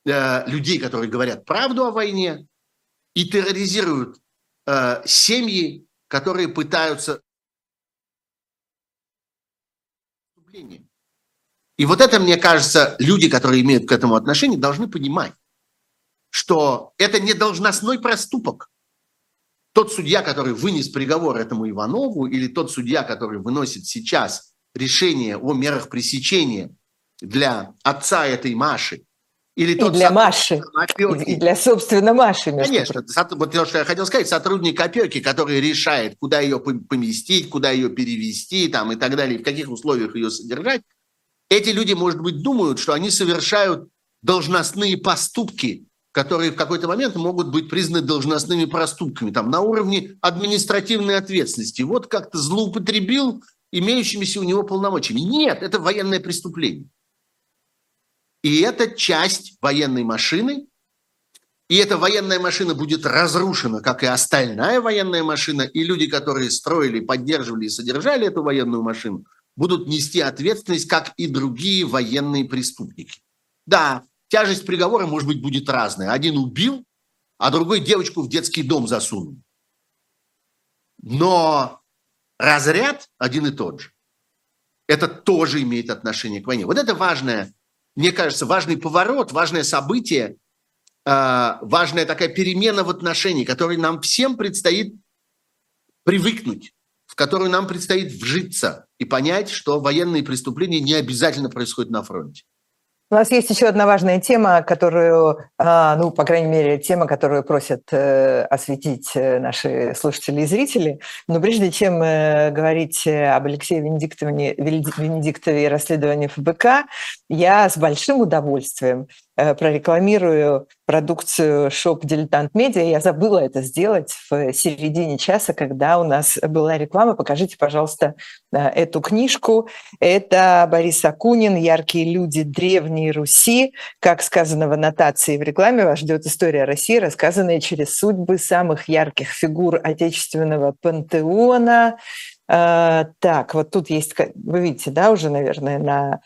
людей, которые говорят правду о войне, и терроризируют семьи, которые пытаются... И вот это, мне кажется, люди, которые имеют к этому отношение, должны понимать, что это не должностной проступок. Тот судья, который вынес приговор этому Иванову, или тот судья, который выносит сейчас решение о мерах пресечения для отца этой Маши, или тот для Маши, опеки, и для, собственно, Маши. Конечно, вот то, что я хотел сказать, сотрудник опеки, который решает, куда ее поместить, куда ее перевести там, и так далее, в каких условиях ее содержать, эти люди, может быть, думают, что они совершают должностные поступки, которые в какой-то момент могут быть признаны должностными проступками, там, на уровне административной ответственности. Вот как-то злоупотребил имеющимися у него полномочиями. Нет, это военное преступление. И это часть военной машины, и эта военная машина будет разрушена, как и остальная военная машина, и люди, которые строили, поддерживали и содержали эту военную машину, будут нести ответственность, как и другие военные преступники. Да, тяжесть приговора, может быть, будет разная. Один убил, а другой девочку в детский дом засунул. Но разряд один и тот же. Это тоже имеет отношение к войне. Вот это важное, мне кажется, важный поворот, важное событие, важная такая перемена в отношении, которой нам всем предстоит привыкнуть, в которую нам предстоит вжиться и понять, что военные преступления не обязательно происходят на фронте. У нас есть еще одна важная тема, которую, ну, по крайней мере, тема, которую просят осветить наши слушатели и зрители. Но прежде чем говорить об Алексее Венедиктове и расследовании ФБК, я с большим удовольствием прорекламирую продукцию Shop Dilettant Media. Я забыла это сделать в середине часа, когда у нас была реклама. Покажите, пожалуйста, эту книжку. Это Борис Акунин «Яркие люди Древней Руси». Как сказано в аннотации в рекламе, вас ждет история России, рассказанная через судьбы самых ярких фигур отечественного пантеона. Так, вот тут есть, вы видите, да, уже, наверное, на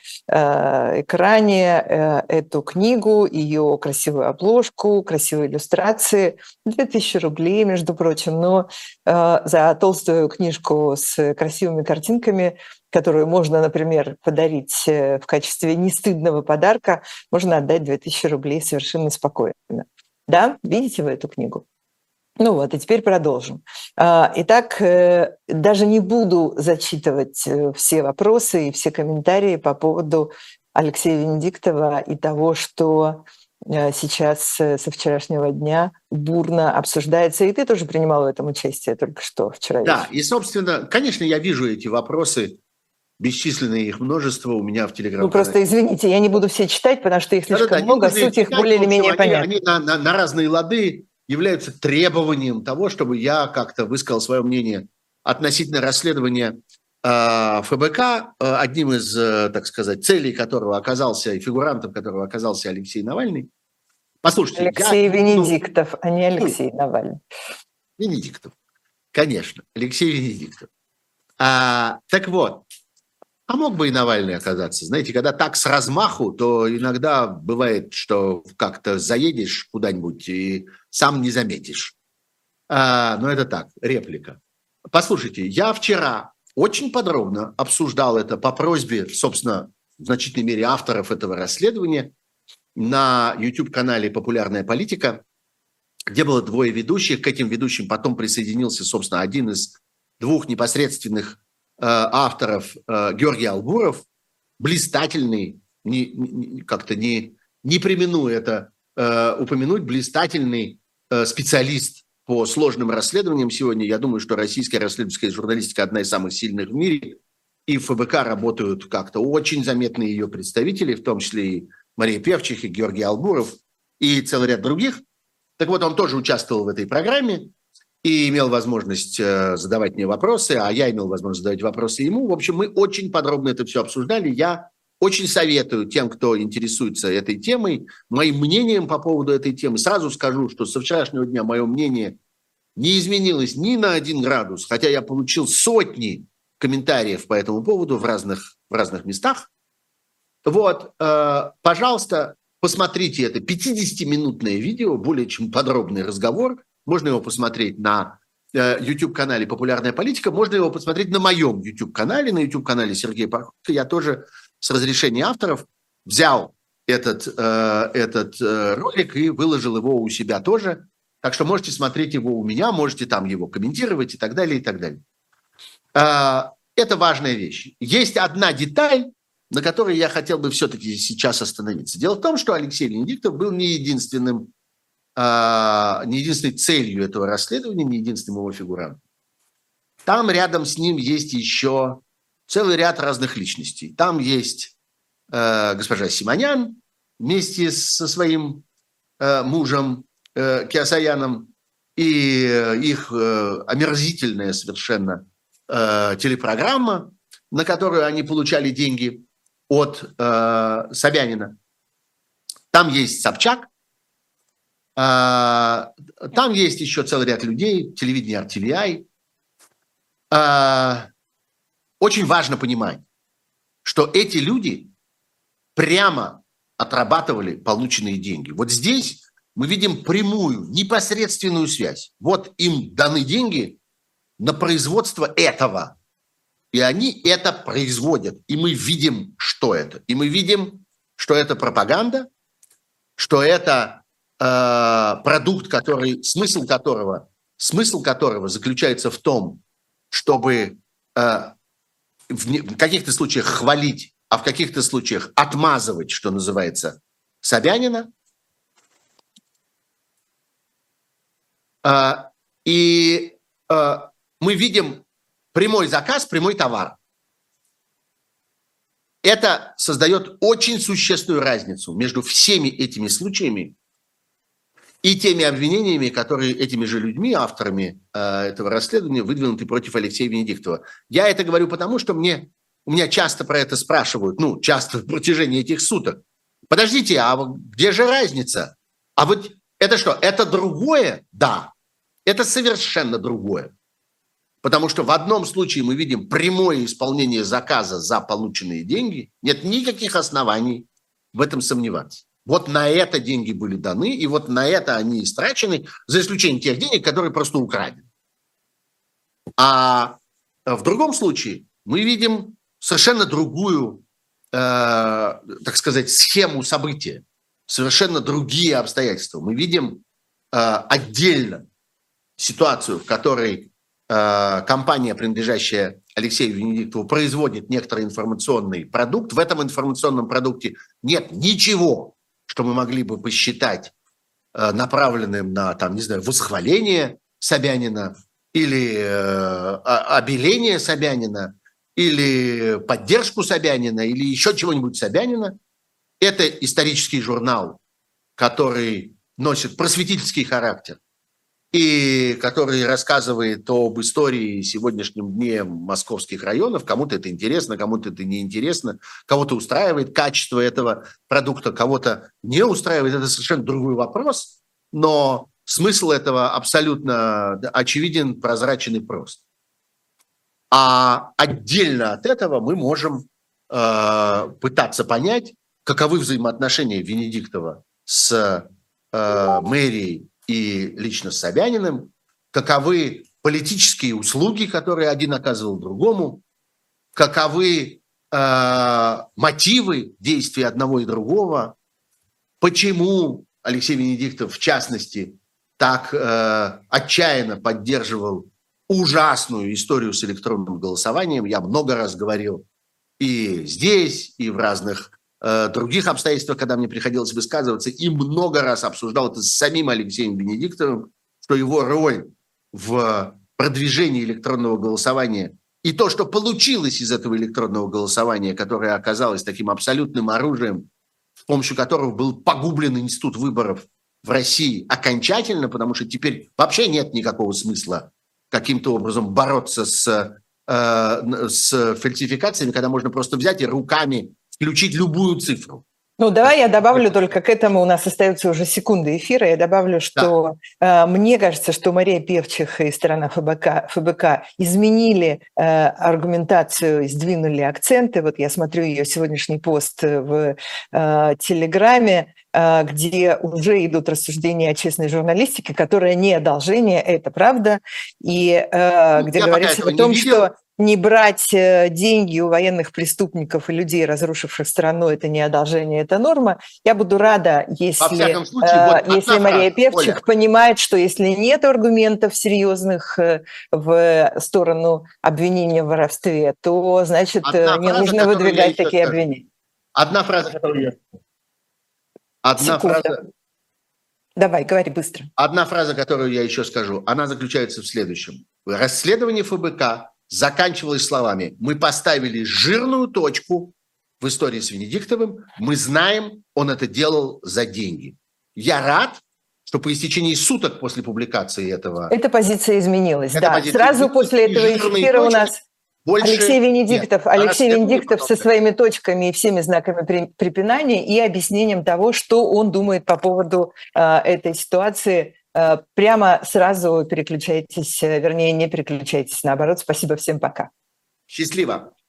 экране эту книгу, ее красивую обложку, красивые иллюстрации. 2000 рублей, между прочим, но за толстую книжку с красивыми картинками, которую можно, например, подарить в качестве нестыдного подарка, можно отдать 2000 рублей совершенно спокойно. Да, видите вы эту книгу? Ну вот, и теперь продолжим. Итак, даже не буду зачитывать все вопросы и все комментарии по поводу Алексея Венедиктова и того, что сейчас со вчерашнего дня бурно обсуждается. И ты тоже принимал в этом участие только что вчера. Да, и, собственно, конечно, я вижу эти вопросы, бесчисленное их множество у меня в Телеграм-канале. Ну, просто извините, я не буду все читать, потому что их слишком много, суть их более или менее понятна. Они на разные лады являются требованием того, чтобы я как-то высказал свое мнение относительно расследования ФБК, одним из, так сказать, целей которого оказался и фигурантом которого оказался Алексей Навальный. Послушайте, Алексей Венедиктов, а не Алексей Навальный. Венедиктов, конечно, Алексей Венедиктов. Так вот, а мог бы и Навальный оказаться. Знаете, когда так с размаху, то иногда бывает, что как-то заедешь куда-нибудь и сам не заметишь. Но это так, реплика. Послушайте, я вчера очень подробно обсуждал это по просьбе, собственно, в значительной мере авторов этого расследования на YouTube-канале «Популярная политика», где было двое ведущих. К этим ведущим потом присоединился, собственно, один из двух непосредственных авторов, Георгий Албуров, блистательный, как-то не премину это упомянуть, блистательный специалист по сложным расследованиям сегодня. Я думаю, что российская расследовательская журналистика одна из самых сильных в мире, и в ФБК работают как-то очень заметные ее представители, в том числе и Мария Певчих, и Георгий Албуров, и целый ряд других. Так вот, он тоже участвовал в этой программе и имел возможность задавать мне вопросы, а я имел возможность задавать вопросы ему. В общем, мы очень подробно это все обсуждали. Я очень советую тем, кто интересуется этой темой, моим мнением по поводу этой темы. Сразу скажу, что со вчерашнего дня мое мнение не изменилось ни на 1 градус, хотя я получил сотни комментариев по этому поводу в разных местах. Вот, пожалуйста, посмотрите это 50-минутное видео, более чем подробный разговор. Можно его посмотреть на YouTube-канале «Популярная политика», можно его посмотреть на моем YouTube-канале, на YouTube-канале Сергея Пархоменко. Я тоже с разрешения авторов взял этот ролик и выложил его у себя тоже. Так что можете смотреть его у меня, можете там его комментировать и так далее, и так далее. Это важная вещь. Есть одна деталь, на которой я хотел бы все-таки сейчас остановиться. Дело в том, что Алексей Венедиктов был не единственной целью этого расследования, не единственным его фигурантом. Там рядом с ним есть еще целый ряд разных личностей. Там есть госпожа Симонян вместе со своим мужем Киасаяном и их омерзительная совершенно телепрограмма, на которую они получали деньги от Собянина. Там есть Собчак, там есть еще целый ряд людей, телевидение RTVI. Очень важно понимать, что эти люди прямо отрабатывали полученные деньги. Вот здесь мы видим прямую, непосредственную связь. Вот им даны деньги на производство этого, и они это производят. И мы видим, что это. И мы видим, что это пропаганда, что это продукт, смысл которого заключается в том, чтобы в каких-то случаях хвалить, а в каких-то случаях отмазывать, что называется, Собянина. И мы видим прямой заказ, прямой товар. Это создает очень существенную разницу между всеми этими случаями и теми обвинениями, которые этими же людьми, авторами этого расследования, выдвинуты против Алексея Венедиктова. Я это говорю потому, что у меня часто про это спрашивают, часто в протяжении этих суток. Подождите, а где же разница? А вот это что, это другое? Да, это совершенно другое. Потому что в одном случае мы видим прямое исполнение заказа за полученные деньги. Нет никаких оснований в этом сомневаться. Вот на это деньги были даны, и вот на это они истрачены, за исключением тех денег, которые просто украдены. А в другом случае мы видим совершенно другую, так сказать, схему события, совершенно другие обстоятельства. Мы видим отдельно ситуацию, в которой компания, принадлежащая Алексею Венедиктову, производит некоторый информационный продукт. В этом информационном продукте нет ничего, что мы могли бы посчитать направленным на, восхваление Собянина или обеление Собянина, или поддержку Собянина, или еще чего-нибудь Собянина. Это исторический журнал, который носит просветительский характер и который рассказывает об истории сегодняшнем дне московских районов. Кому-то это интересно, кому-то это неинтересно, кого-то устраивает качество этого продукта, кого-то не устраивает. Это совершенно другой вопрос, но смысл этого абсолютно очевиден, прозрачен и прост. А отдельно от этого мы можем пытаться понять, каковы взаимоотношения Венедиктова с мэрией и лично с Собяниным, каковы политические услуги, которые один оказывал другому, каковы мотивы действий одного и другого, почему Алексей Венедиктов, в частности, так отчаянно поддерживал ужасную историю с электронным голосованием. Я много раз говорил и здесь, и в разных других обстоятельствах, когда мне приходилось высказываться, и много раз обсуждал это с самим Алексеем Венедиктовым, что его роль в продвижении электронного голосования и то, что получилось из этого электронного голосования, которое оказалось таким абсолютным оружием, с помощью которого был погублен институт выборов в России окончательно, потому что теперь вообще нет никакого смысла каким-то образом бороться с фальсификациями, когда можно просто взять и руками включить любую цифру. Давай я добавлю только к этому, у нас остаются уже секунды эфира, я добавлю, что мне кажется, что Мария Певчих и сторона ФБК изменили аргументацию, сдвинули акценты. Вот я смотрю ее сегодняшний пост в Телеграме, где уже идут рассуждения о честной журналистике, которая не одолжение, это правда, и где говорится о том, что не брать деньги у военных преступников и людей, разрушивших страну, это не одолжение, это норма. Я буду рада, если, случае, если Мария Певчих Оля понимает, что если нет аргументов серьезных в сторону обвинения в воровстве, то, значит, не нужно выдвигать такие обвинения. Одна фраза, которую Давай, говори быстро. Одна фраза, которую я еще скажу, она заключается в следующем. Расследование ФБК заканчивалось словами: мы поставили жирную точку в истории с Венедиктовым, мы знаем, он это делал за деньги. Я рад, что по истечении суток после публикации этого... Эта позиция изменилась, да. Сразу после этого эфира у нас Алексей Венедиктов со своими точками и всеми знаками препинания и объяснением того, что он думает по поводу этой ситуации. Прямо сразу переключайтесь, вернее, не переключайтесь, наоборот. Спасибо всем, пока. Счастливо.